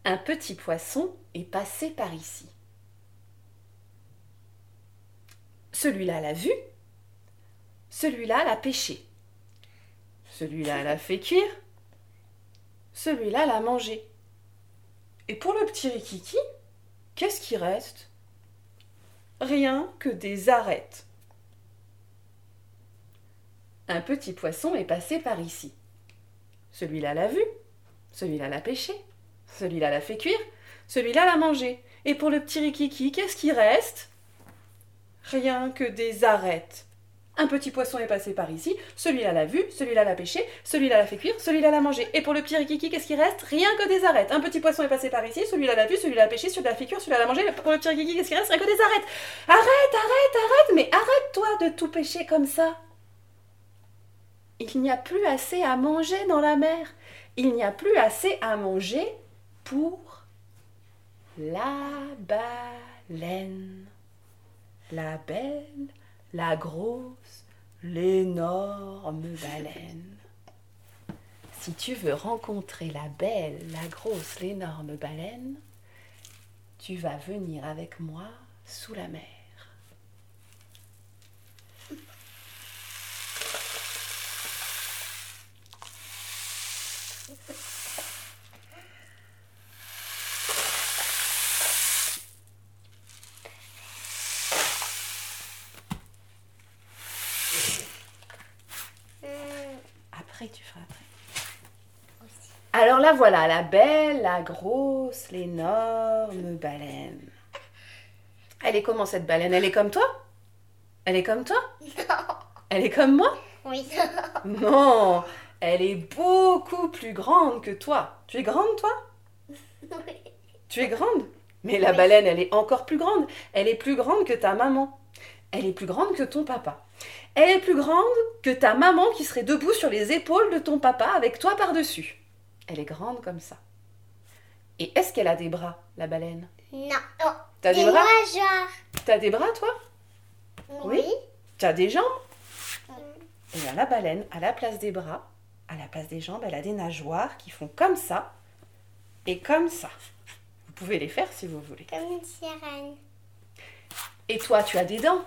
Un petit poisson est passé par ici. Celui-là l'a vu, celui-là l'a pêché, celui-là l'a fait cuire, celui-là l'a mangé. Et pour le petit Rikiki, qu'est-ce qui reste? Rien que des arêtes. Un petit poisson est passé par ici. Celui-là l'a vu, celui-là l'a pêché, celui-là l'a fait cuire, celui-là l'a mangé. Et pour le petit Rikiki, qu'est-ce qui reste? Rien que des arêtes. Un petit poisson est passé par ici, celui-là l'a vu, celui-là l'a pêché, celui-là l'a fait cuire, celui-là l'a mangé. Et pour le petit Rikiki, qu'est-ce qui reste? Rien que des arêtes. Un petit poisson est passé par ici, celui-là l'a vu, celui-là l'a pêché, celui-là l'a fait cuire, celui-là l'a mangé. Pour le petit Rikiki, qu'est-ce qui reste? Rien que des arêtes. Arrête, mais arrête-toi de tout pêcher comme ça. Il n'y a plus assez à manger dans la mer. Il n'y a plus assez à manger pour la baleine. La belle, la grosse, l'énorme baleine. Si tu veux rencontrer la belle, la grosse, l'énorme baleine, tu vas venir avec moi sous la mer. Après, tu feras après. Alors là, voilà, la belle, la grosse, l'énorme baleine. Elle est comment cette baleine? Elle est comme toi? Elle est comme toi? Non. Elle est comme moi? Oui. Non, elle est beaucoup plus grande que toi. Tu es grande, toi? Oui. Tu es grande? Mais la Oui. baleine, elle est encore plus grande. Elle est plus grande que ta maman. Elle est plus grande que ton papa. Elle est plus grande que ta maman qui serait debout sur les épaules de ton papa avec toi par-dessus. Elle est grande comme ça. Et est-ce qu'elle a des bras, la baleine? Non. Oh. T'as des bras? Nageoires. T'as des bras, toi? Oui. T'as des jambes? Mm. Et bien la baleine, à la place des bras, à la place des jambes, elle a des nageoires qui font comme ça et comme ça. Vous pouvez les faire si vous voulez. Comme une sirène. Et toi, tu as des dents?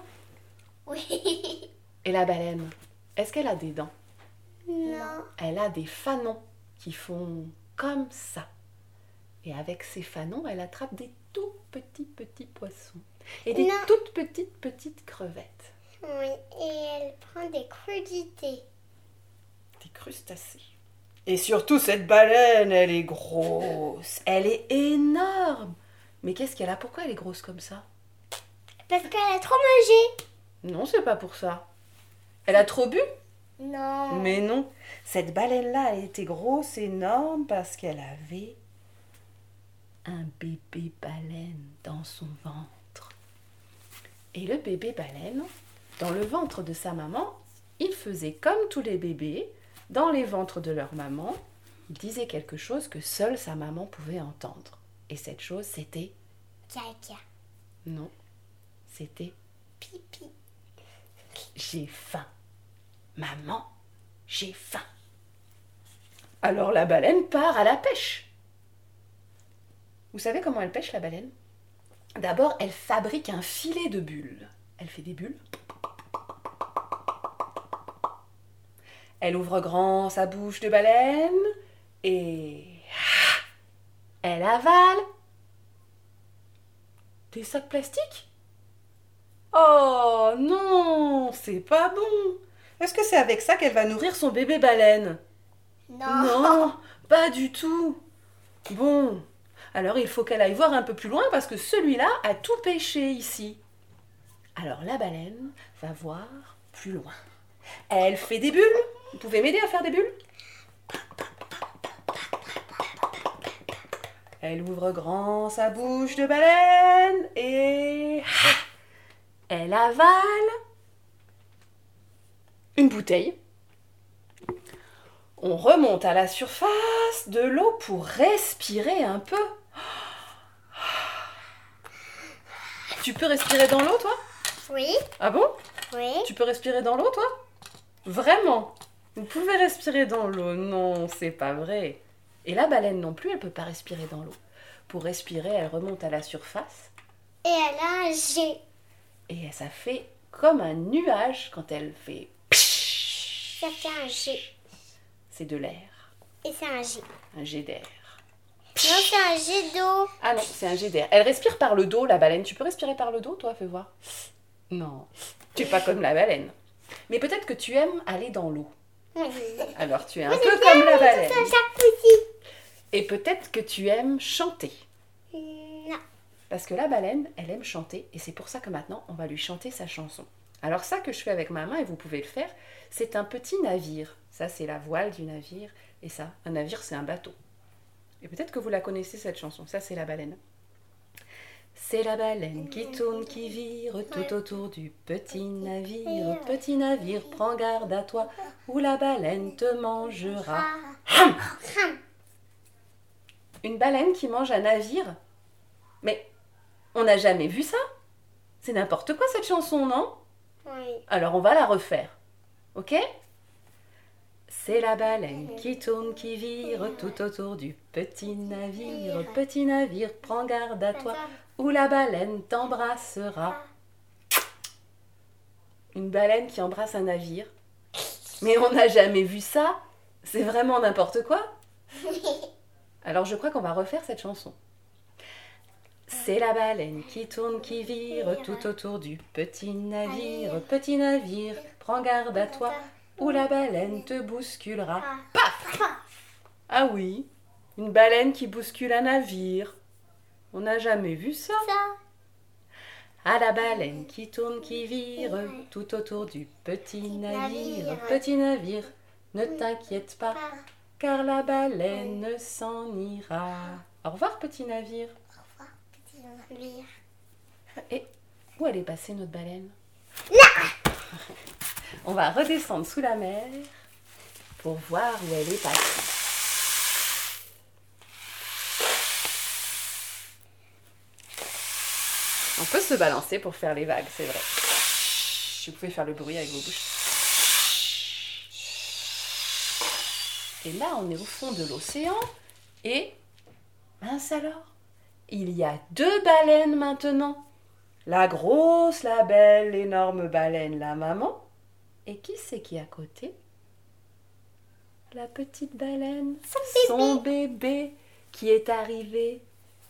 Oui. Et la baleine, est-ce qu'elle a des dents? Non. Elle a des fanons qui font comme ça. Et avec ces fanons, elle attrape des tout petits poissons. Et des Non. toutes petites crevettes. Oui. Et elle prend des crudités. Des crustacés. Et surtout, cette baleine, elle est grosse. Elle est énorme. Mais qu'est-ce qu'elle a? Pourquoi elle est grosse comme ça? Parce qu'elle a trop mangé. Non, c'est pas pour ça. Elle a trop bu? Non. Mais non. Cette baleine-là, elle était grosse, énorme, parce qu'elle avait un bébé baleine dans son ventre. Et le bébé baleine, dans le ventre de sa maman, il faisait comme tous les bébés, dans les ventres de leur maman, il disait quelque chose que seule sa maman pouvait entendre. Et cette chose, c'était... Caca. Non, c'était... Pipi. J'ai faim. Maman, j'ai faim. Alors la baleine part à la pêche. Vous savez comment elle pêche, la baleine? D'abord, elle fabrique un filet de bulles. Elle fait des bulles. Elle ouvre grand sa bouche de baleine et... elle avale des sacs plastiques. Oh non, c'est pas bon. Est-ce que c'est avec ça qu'elle va nourrir son bébé baleine? Non. Non, pas du tout. Bon, alors il faut qu'elle aille voir un peu plus loin parce que celui-là a tout pêché ici. Alors la baleine va voir plus loin. Elle fait des bulles. Vous pouvez m'aider à faire des bulles? Elle ouvre grand sa bouche de baleine et... elle avale une bouteille. On remonte à la surface de l'eau pour respirer un peu. Tu peux respirer dans l'eau, toi? Oui. Ah bon? Oui. Tu peux respirer dans l'eau, toi? Vraiment? Vous pouvez respirer dans l'eau? Non, c'est pas vrai. Et la baleine non plus, elle ne peut pas respirer dans l'eau. Pour respirer, elle remonte à la surface. Et elle a un G. Et ça fait comme un nuage quand elle fait... Ça fait un G. C'est de l'air. Et c'est un G. Un jet d'air. Non, c'est un G d'eau. Ah non, c'est un jet d'air. Elle respire par le dos, la baleine. Tu peux respirer par le dos, toi? Fais voir. Non, tu n'es pas comme la baleine. Mais peut-être que tu aimes aller dans l'eau. Oui. Alors tu es un peu comme la baleine. Ça, chaque petit. Et peut-être que tu aimes chanter. Non. Parce que la baleine, elle aime chanter. Et c'est pour ça que maintenant, on va lui chanter sa chanson. Alors ça que je fais avec ma main, et vous pouvez le faire, c'est un petit navire. Ça, c'est la voile du navire. Et ça, un navire, c'est un bateau. Et peut-être que vous la connaissez, cette chanson. Ça, c'est la baleine. C'est la baleine qui tourne, qui vire tout autour du petit navire. Petit navire, prends garde à toi, ou la baleine te mangera. Hum. Une baleine qui mange un navire? Mais on n'a jamais vu ça. C'est n'importe quoi cette chanson, non? Oui. Alors on va la refaire. Ok? C'est la baleine qui tourne, qui vire tout autour du petit navire. Petit navire, prends garde à toi, ou la baleine t'embrassera. Une baleine qui embrasse un navire? Mais on n'a jamais vu ça. C'est vraiment n'importe quoi. Alors je crois qu'on va refaire cette chanson. C'est la baleine qui tourne, qui vire tout autour du petit navire. Petit navire, prends garde à toi, ou la baleine te bousculera. Paf! Ah oui, une baleine qui bouscule un navire. On n'a jamais vu ça. À la baleine qui tourne, qui vire tout autour du petit navire. Petit navire, ne t'inquiète pas, car la baleine s'en ira. Au revoir, petit navire. Au revoir, petit navire. Et où elle est passée, notre baleine? Là! On va redescendre sous la mer pour voir où elle est passée. On peut se balancer pour faire les vagues, c'est vrai. Vous pouvez faire le bruit avec vos bouches. Et là, on est au fond de l'océan. Et, mince alors, il y a 2 baleines maintenant. La grosse, la belle, l'énorme baleine, la maman. Et qui c'est qui est à côté? La petite baleine, son bébé qui est arrivé.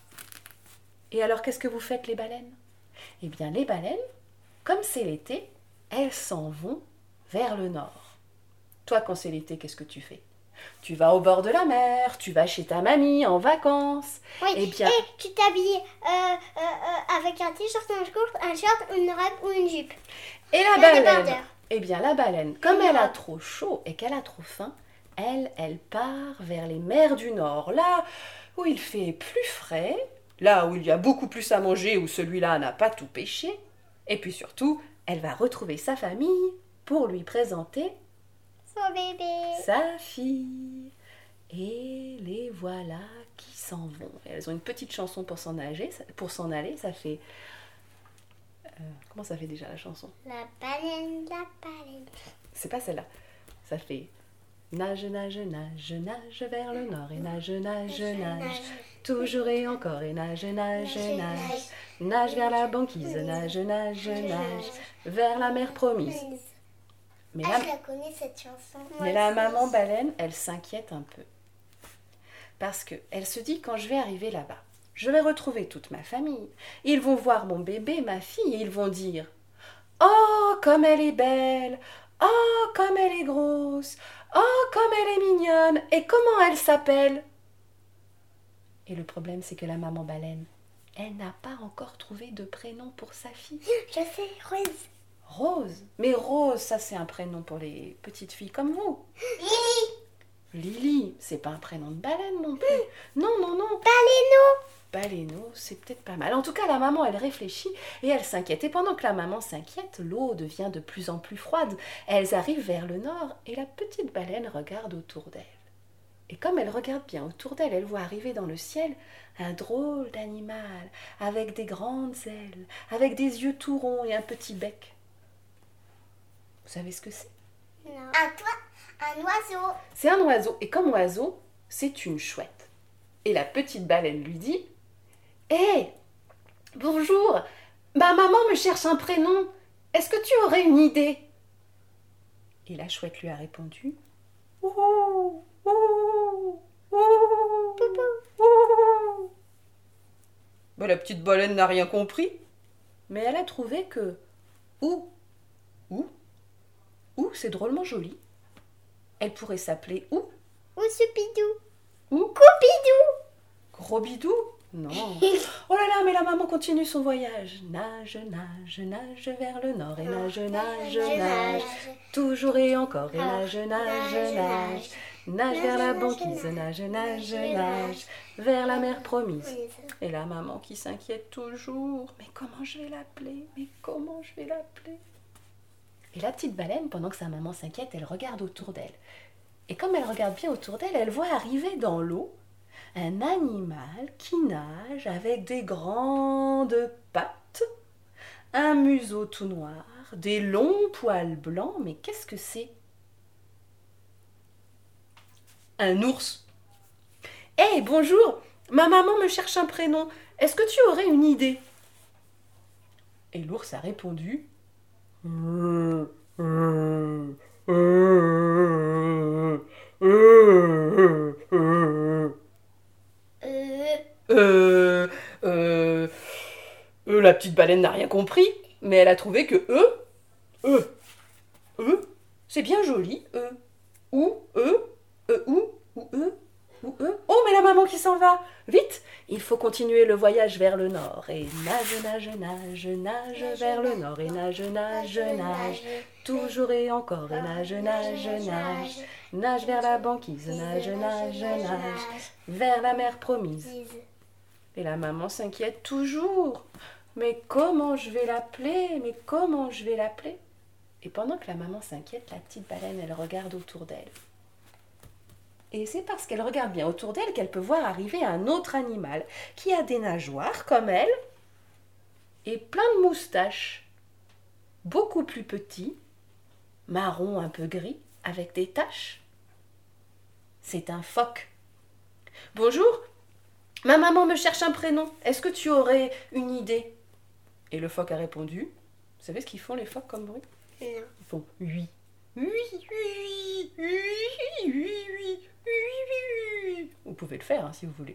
Et alors, qu'est-ce que vous faites, les baleines? Eh bien, les baleines, comme c'est l'été, elles s'en vont vers le nord. Toi, quand c'est l'été, qu'est-ce que tu fais? Tu vas au bord de la mer, tu vas chez ta mamie en vacances. Oui, Eh bien, et tu t'habilles avec un t-shirt, un short, un short, une robe ou une jupe. et la Plein de baleine, bordeurs. eh bien, la baleine, comme elle a trop chaud et qu'elle a trop faim, elle part vers les mers du nord, là où il fait plus frais, là où il y a beaucoup plus à manger, où celui-là n'a pas tout pêché. Et puis surtout, elle va retrouver sa famille pour lui présenter Son bébé. sa fille. Et les voilà qui s'en vont. Et elles ont une petite chanson pour s'en aller. Ça fait... comment ça fait déjà la chanson? La baleine, la baleine. C'est pas celle-là. Ça fait... Nage, nage, nage, nage vers le nord et nage, nage, nage. Toujours et encore et nage, nage, nage. Nage vers la banquise, nage, nage, nage. Vers la mer promise. Mais Ah, la, je la connais cette chanson. mais la maman baleine, elle s'inquiète un peu. Parce qu'elle se dit, quand je vais arriver là-bas, je vais retrouver toute ma famille. Ils vont voir mon bébé, ma fille, et ils vont dire « Oh, comme elle est belle! Oh, comme elle est grosse! Oh, comme elle est mignonne! Et comment elle s'appelle ?» Et le problème, c'est que la maman baleine, elle n'a pas encore trouvé de prénom pour sa fille. Je sais, Rose. Rose. Mais Rose, ça c'est un prénom pour les petites filles comme vous. Lily. Lily, c'est pas un prénom de baleine non plus. Non, non, non. Baleineau, c'est peut-être pas mal. En tout cas, la maman, elle réfléchit et elle s'inquiète. Et pendant que la maman s'inquiète, l'eau devient de plus en plus froide. Elles arrivent vers le nord et la petite baleine regarde autour d'elle. Et comme elle regarde bien autour d'elle, elle voit arriver dans le ciel un drôle d'animal avec des grandes ailes, avec des yeux tout ronds et un petit bec. Vous savez ce que c'est? Non. Un oiseau. C'est un oiseau. Et comme oiseau, c'est une chouette. Et la petite baleine lui dit « Hé, bonjour, ma maman me cherche un prénom. Est-ce que tu aurais une idée ?» Et la chouette lui a répondu « Ouh, ouh, ouh, ouh. » La petite baleine n'a rien compris, mais elle a trouvé que « Ouh, c'est drôlement joli. Elle pourrait s'appeler Ouh. Ou Soupidou. Ou Coupidou. Gros bidou. Non. Oh là là, mais la maman continue son voyage. Nage, nage, nage vers le nord et nage, nage, nage. Toujours et encore et nage, nage, nage. Nage vers la banquise, nage, nage, nage. Vers la mer promise. Et la maman qui s'inquiète toujours. Mais comment je vais l'appeler? Mais comment je vais l'appeler? Et la petite baleine, pendant que sa maman s'inquiète, elle regarde autour d'elle. Et comme elle regarde bien autour d'elle, elle voit arriver dans l'eau un animal qui nage avec des grandes pattes, un museau tout noir, des longs poils blancs. Mais qu'est-ce que c'est? Un ours. « Hé, bonjour, ma maman me cherche un prénom. Est-ce que tu aurais une idée ?» Et l'ours a répondu « La petite baleine n'a rien compris, mais elle a trouvé que c'est bien joli, ou, Oh, mais la maman qui s'en va! Vite! Il faut continuer le voyage vers le nord. Et nage, nage, nage, nage vers le nord. Et nage, nage, nage. Toujours et encore. Et nage, nage, nage. Nage vers la banquise. Nage, nage, nage. Vers la mer promise. Et la maman s'inquiète toujours. Mais comment je vais l'appeler? Mais comment je vais l'appeler? Et pendant que la maman s'inquiète, la petite baleine, elle regarde autour d'elle. Et c'est parce qu'elle regarde bien autour d'elle qu'elle peut voir arriver un autre animal qui a des nageoires comme elle et plein de moustaches, beaucoup plus petit, marron un peu gris, avec des taches. C'est un phoque. « Bonjour, ma maman me cherche un prénom. Est-ce que tu aurais une idée ?» Et le phoque a répondu. Vous savez ce qu'ils font les phoques comme bruit? Non. Ils font « oui ». Oui, oui, oui, oui, oui, oui, oui, oui. Vous pouvez le faire si vous voulez.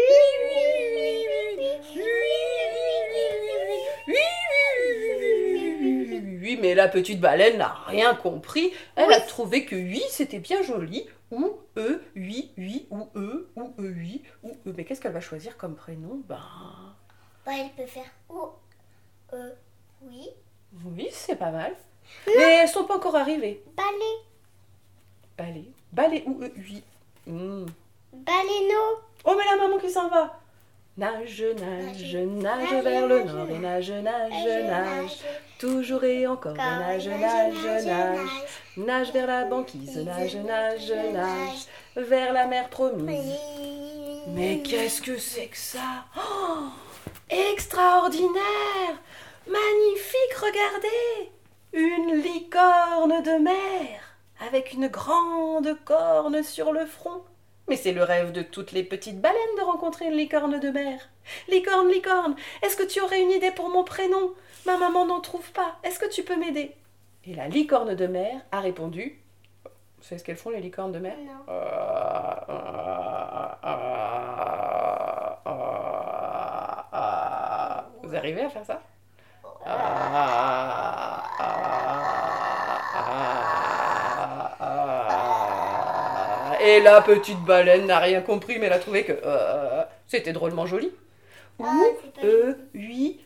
Oui, mais la petite baleine n'a rien compris. Elle a trouvé que oui, c'était bien joli. Ou oui, oui, ou oui, ou Mais qu'est-ce qu'elle va choisir comme prénom? Elle peut faire oui. Oui, c'est pas mal. Mais elles sont pas encore arrivées. Balai ou oui. Baleineau. Oh, mais la maman qui s'en va. Nage, nage, nage vers le nord et nage, nage, nage. Toujours et encore et nage, nage, nage. Nage vers la banquise, nage, nage, nage. Vers la mer promise. Mais qu'est-ce que c'est que ça? Oh, extraordinaire! Magnifique, regardez! Une licorne de mer, avec une grande corne sur le front. Mais c'est le rêve de toutes les petites baleines de rencontrer une licorne de mer. Licorne, licorne, est-ce que tu aurais une idée pour mon prénom? Ma maman n'en trouve pas. Est-ce que tu peux m'aider? Et la licorne de mer a répondu. Vous savez ce qu'elles font, les licornes de mer? Non. Vous arrivez à faire ça? Et la petite baleine n'a rien compris, mais elle a trouvé que c'était drôlement joli. Oui.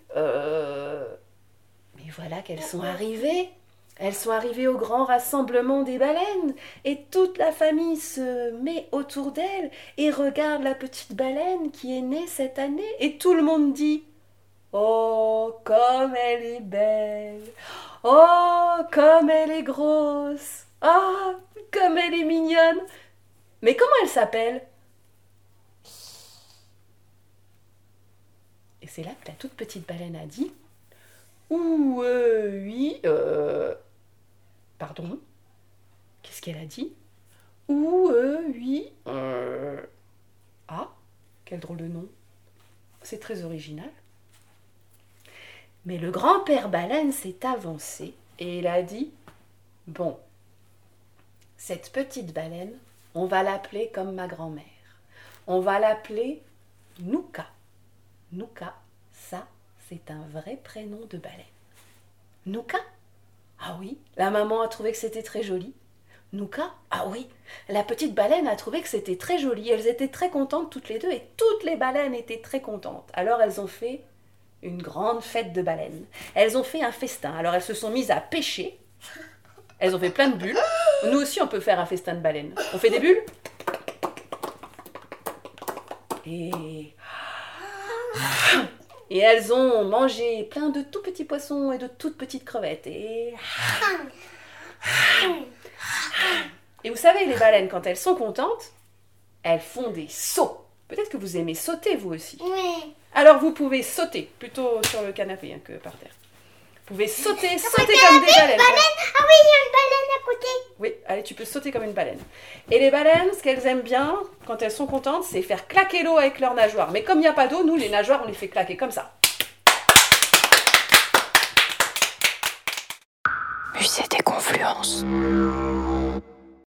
Mais voilà qu'elles sont arrivées. Elles sont arrivées au grand rassemblement des baleines. Et toute la famille se met autour d'elle et regarde la petite baleine qui est née cette année. Et tout le monde dit: oh, comme elle est belle! Oh, comme elle est grosse! Ah, comme elle est mignonne! Mais comment elle s'appelle? Et c'est là que la toute petite baleine a dit: oui, pardon, qu'est-ce qu'elle a dit? oui. Ah, quel drôle de nom. C'est très original. Mais le grand-père baleine s'est avancé et il a dit « Bon, cette petite baleine, on va l'appeler comme ma grand-mère. On va l'appeler Nouka. Nouka, ça, c'est un vrai prénom de baleine. Nouka? Ah oui, la maman a trouvé que c'était très joli. Nouka? Ah oui, la petite baleine a trouvé que c'était très joli. Elles étaient très contentes toutes les deux et toutes les baleines étaient très contentes. Alors elles ont fait une grande fête de baleines. Elles ont fait un festin. Alors elles se sont mises à pêcher. Elles ont fait plein de bulles. Nous aussi on peut faire un festin de baleines. On fait des bulles? Et elles ont mangé plein de tout petits poissons et de toutes petites crevettes. Et vous savez, les baleines, quand elles sont contentes, elles font des sauts. Peut-être que vous aimez sauter, vous aussi. Oui. Alors, vous pouvez sauter, plutôt sur le canapé que par terre. Vous pouvez sauter comme des baleines. Ah oui, il y a une baleine à côté. Oui, allez, tu peux sauter comme une baleine. Et les baleines, ce qu'elles aiment bien, quand elles sont contentes, c'est faire claquer l'eau avec leurs nageoires. Mais comme il n'y a pas d'eau, nous, les nageoires, on les fait claquer comme ça. Musée des Confluences.